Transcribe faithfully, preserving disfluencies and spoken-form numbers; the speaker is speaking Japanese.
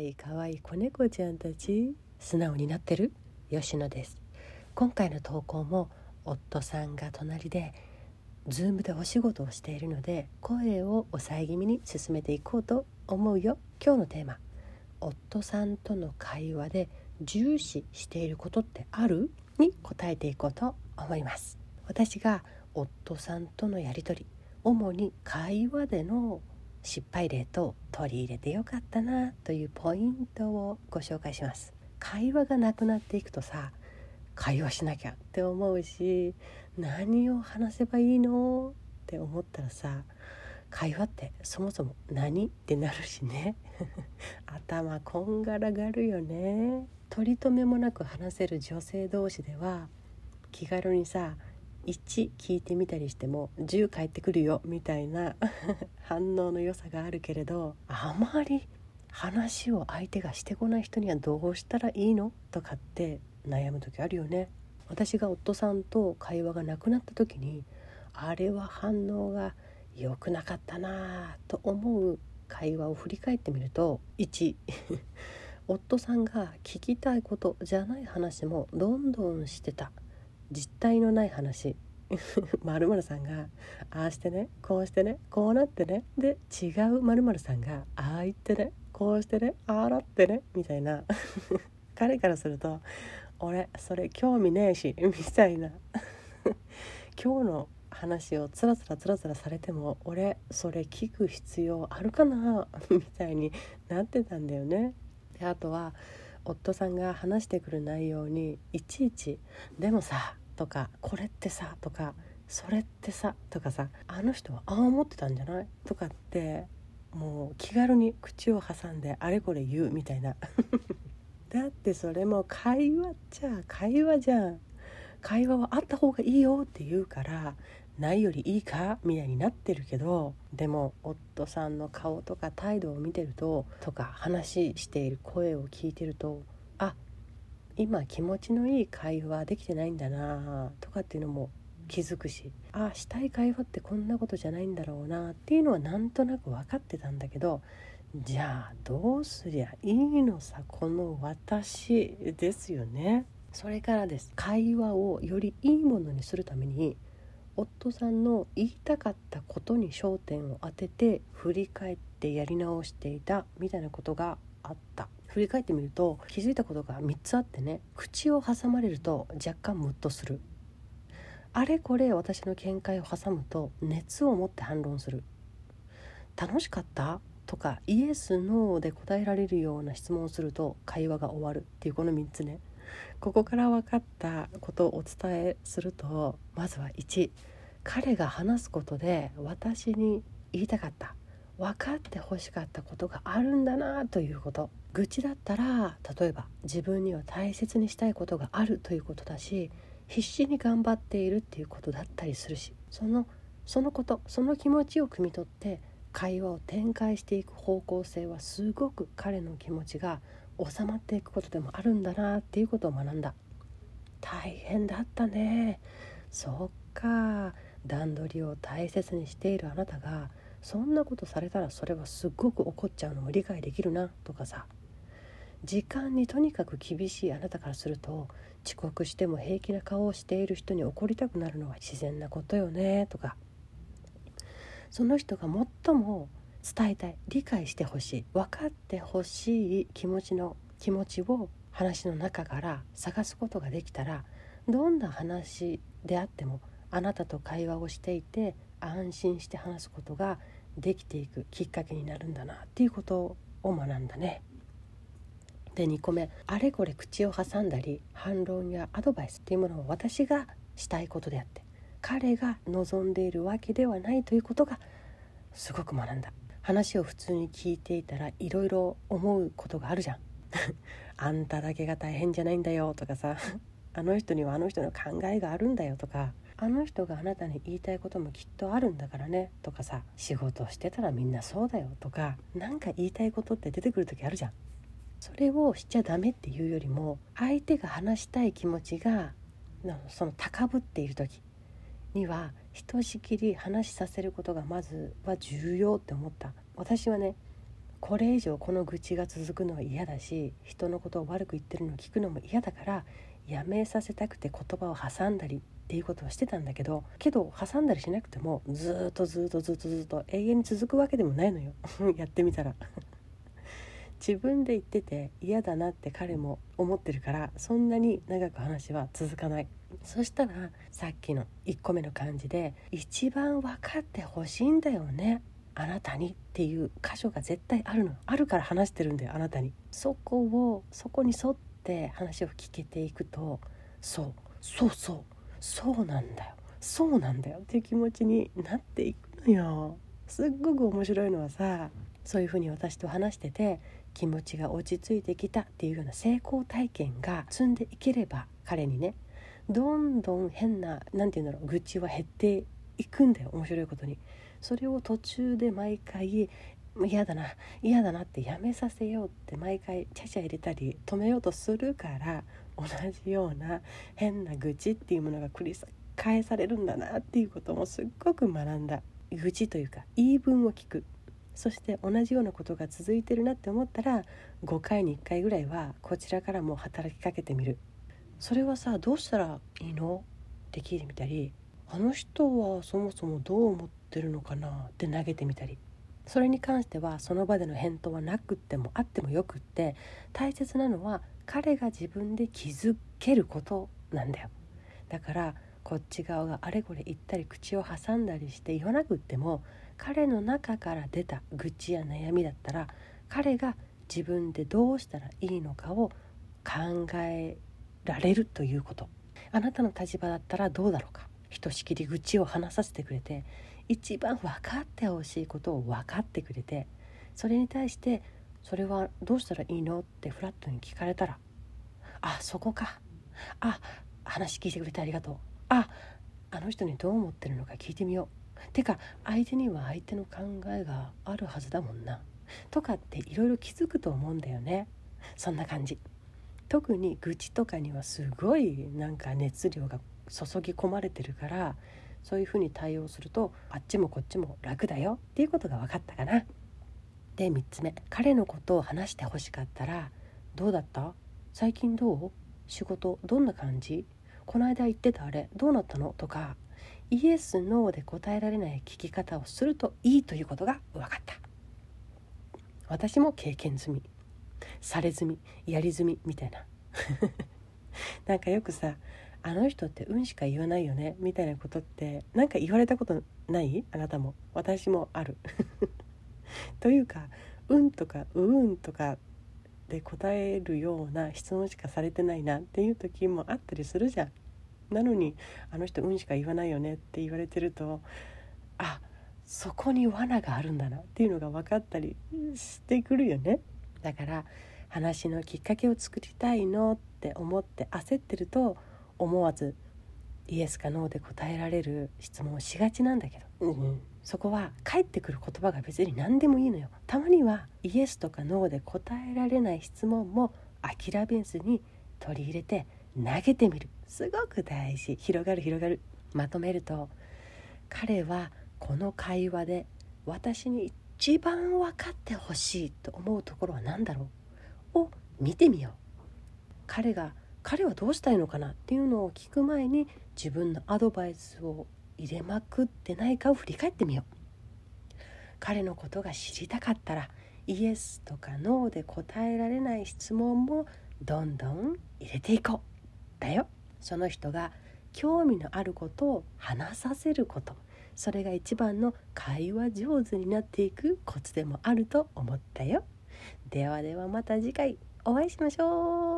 いかわいい子猫ちゃんたち、素直になってる吉野です。今回の投稿も夫さんが隣でズームでお仕事をしているので、声を抑え気味に進めていこうと思うよ。今日のテーマ、夫さんとの会話で重視していることってある？に答えていこうと思います。私が夫さんとのやりとり、主に会話での失敗例と取り入れてよかったなというポイントをご紹介します。会話がなくなっていくとさ、会話しなきゃって思うし、何を話せばいいのって思ったらさ、会話ってそもそも何ってなるしね頭こんがらがるよね。取り留めもなく話せる女性同士では気軽にさ、いち聞いてみたりしてもじゅう返ってくるよみたいな反応の良さがあるけれど、あまり話を相手がしてこない人にはどうしたらいいのとかって悩む時あるよね。私が夫さんと会話がなくなった時に、あれは反応が良くなかったなと思う会話を振り返ってみると、いち夫さんが聞きたいことじゃない話もどんどんしてた。実体のない話〇〇さんがああしてね、こうしてね、こうなってね、で違う〇〇さんがああ言ってね、こうしてね、ああなってねみたいな彼からすると、俺それ興味ねえしみたいな今日の話をつらつらつらつらされても俺それ聞く必要あるかなみたいになってたんだよね。であとは夫さんが話してくる内容にいちいちでもさとか、これってさとか、それってさとかさ、あの人はああ思ってたんじゃないとかって、もう気軽に口を挟んであれこれ言うみたいなだってそれも会話じゃ会話じゃん。会話はあった方がいいよって言うからないよりいいかみたいになってるけど、でも夫さんの顔とか態度を見てるととか話している声を聞いてると、あ、今気持ちのいい会話できてないんだなとかっていうのも気づくし、あ、したい会話ってこんなことじゃないんだろうなっていうのはなんとなく分かってたんだけど、じゃあどうすりゃいいのさ、この私ですよね。それからです。会話をよりいいものにするために夫さんの言いたかったことに焦点を当てて振り返ってやり直していたみたいなことがあった。振り返ってみると気づいたことがみっつあってね。口を挟まれると若干ムッとする。あれこれ私の見解を挟むと熱を持って反論する。楽しかったとかイエスノーで答えられるような質問をすると会話が終わるっていうこのみっつね。ここから分かったことをお伝えすると、まずはいち、彼が話すことで私に言いたかった、分かってほしかったことがあるんだなということ。愚痴だったら例えば自分には大切にしたいことがあるということだし、必死に頑張っているっていうことだったりするし、そのそのことその気持ちを汲み取って会話を展開していく方向性はすごく彼の気持ちが収まっていくことでもあるんだなっていうことを学んだ。大変だったね。そっか、段取りを大切にしているあなたがそんなことされたらそれはすごく怒っちゃうのも理解できるなとかさ、時間にとにかく厳しいあなたからすると遅刻しても平気な顔をしている人に怒りたくなるのは自然なことよねとか、その人が最も伝えたい、理解してほしい、分かってほしい気持ちの気持ちを話の中から探すことができたら、どんな話であってもあなたと会話をしていて安心して話すことができていくきっかけになるんだなっていうことを学んだね。でにこめ、あれこれ口を挟んだり反論やアドバイスっていうものを私がしたいことであって彼が望んでいるわけではないということがすごく学んだ。話を普通に聞いていたらいろいろ思うことがあるじゃんあんただけが大変じゃないんだよとかさあの人にはあの人の考えがあるんだよとか、あの人があなたに言いたいこともきっとあるんだからねとかさ、仕事してたらみんなそうだよとか、なんか言いたいことって出てくる時あるじゃん。それをしちゃダメっていうよりも、相手が話したい気持ちがその高ぶっている時にはひとしきり話させることがまずは重要って思った。私はね、 これ以上この愚痴が続くのは嫌だし、人のことを悪く言ってるのを聞くのも嫌だから、やめさせたくて言葉を挟んだりっていうことをしてたんだけどけど挟んだりしなくてもずっとずっとずっとずっと永遠に続くわけでもないのよやってみたら自分で言ってて嫌だなって彼も思ってるから、そんなに長く話は続かない。そしたらさっきのいっこめの感じで、一番分かってほしいんだよねあなたにっていう箇所が絶対あるの。あるから話してるんだよ、あなたに。そこをそこに沿って話を聞けていくと、そうそうそうそうなんだよそうなんだよっていう気持ちになっていくのよ。すっごく面白いのはさ、そういうふうに私と話してて気持ちが落ち着いてきたっていうような成功体験が積んでいければ、彼にねどんどん変ななんていうんだろう愚痴は減っていくんだよ。面白いことにそれを途中で毎回嫌だな嫌だなってやめさせようって毎回ちゃちゃ入れたり止めようとするから、同じような変な愚痴っていうものが繰り返されるんだなっていうこともすっごく学んだ。愚痴というか言い分を聞く。そして同じようなことが続いてるなって思ったらごかいにいっかいぐらいはこちらからも働きかけてみる。それはさどうしたらいいのって聞いてみたり、あの人はそもそもどう思ってるのかなって投げてみたり、それに関してはその場での返答はなくってもあってもよくって、大切なのは彼が自分で気づけることなんだよ。だからこっち側があれこれ言ったり口を挟んだりして言わなくっても、彼の中から出た愚痴や悩みだったら彼が自分でどうしたらいいのかを考えられるということ。あなたの立場だったらどうだろうか。ひとしきり愚痴を話させてくれて、一番分かってほしいことを分かってくれて、それに対してそれはどうしたらいいのってフラットに聞かれたら、あそこか、あ話聞いてくれてありがとう、ああの人にどう思ってるのか聞いてみよう、てか相手には相手の考えがあるはずだもんなとかっていろいろ気づくと思うんだよね。そんな感じ。特に愚痴とかにはすごいなんか熱量が注ぎ込まれてるから、そういうふうに対応するとあっちもこっちも楽だよっていうことが分かったかな。でみっつめ、彼のことを話してほしかったら、どうだった？最近どう？仕事どんな感じ？この間言ってたあれどうなったの？とか、イエスノーで答えられない聞き方をするといいということが分かった。私も経験済み、され済み、やり済みみたいななんかよくさ、あの人ってうんしか言わないよねみたいなことってなんか言われたことない？あなたも私もあるというか、うんとかううんとかで答えるような質問しかされてないなっていう時もあったりするじゃん。なのにあの人うんしか言わないよねって言われてると、あそこに罠があるんだなっていうのが分かったりしてくるよね。だから話のきっかけを作りたいのって思って焦ってると、思わずイエスかノーで答えられる質問をしがちなんだけど、うんうん、そこは返ってくる言葉が別に何でもいいのよ。たまにはイエスとかノーで答えられない質問も諦めずに取り入れて投げてみる。すごく大事。広がる広がる。まとめると、彼はこの会話で私に一番分かってほしいと思うところは何だろうを見てみよう。彼が彼はどうしたいのかなっていうのを聞く前に、自分のアドバイスを入れまくってないかを振り返ってみよう。彼のことが知りたかったら、イエスとかノーで答えられない質問もどんどん入れていこうだよ。その人が興味のあることを話させること、それが一番の会話上手になっていくコツでもあると思ったよ。ではではまた次回お会いしましょう。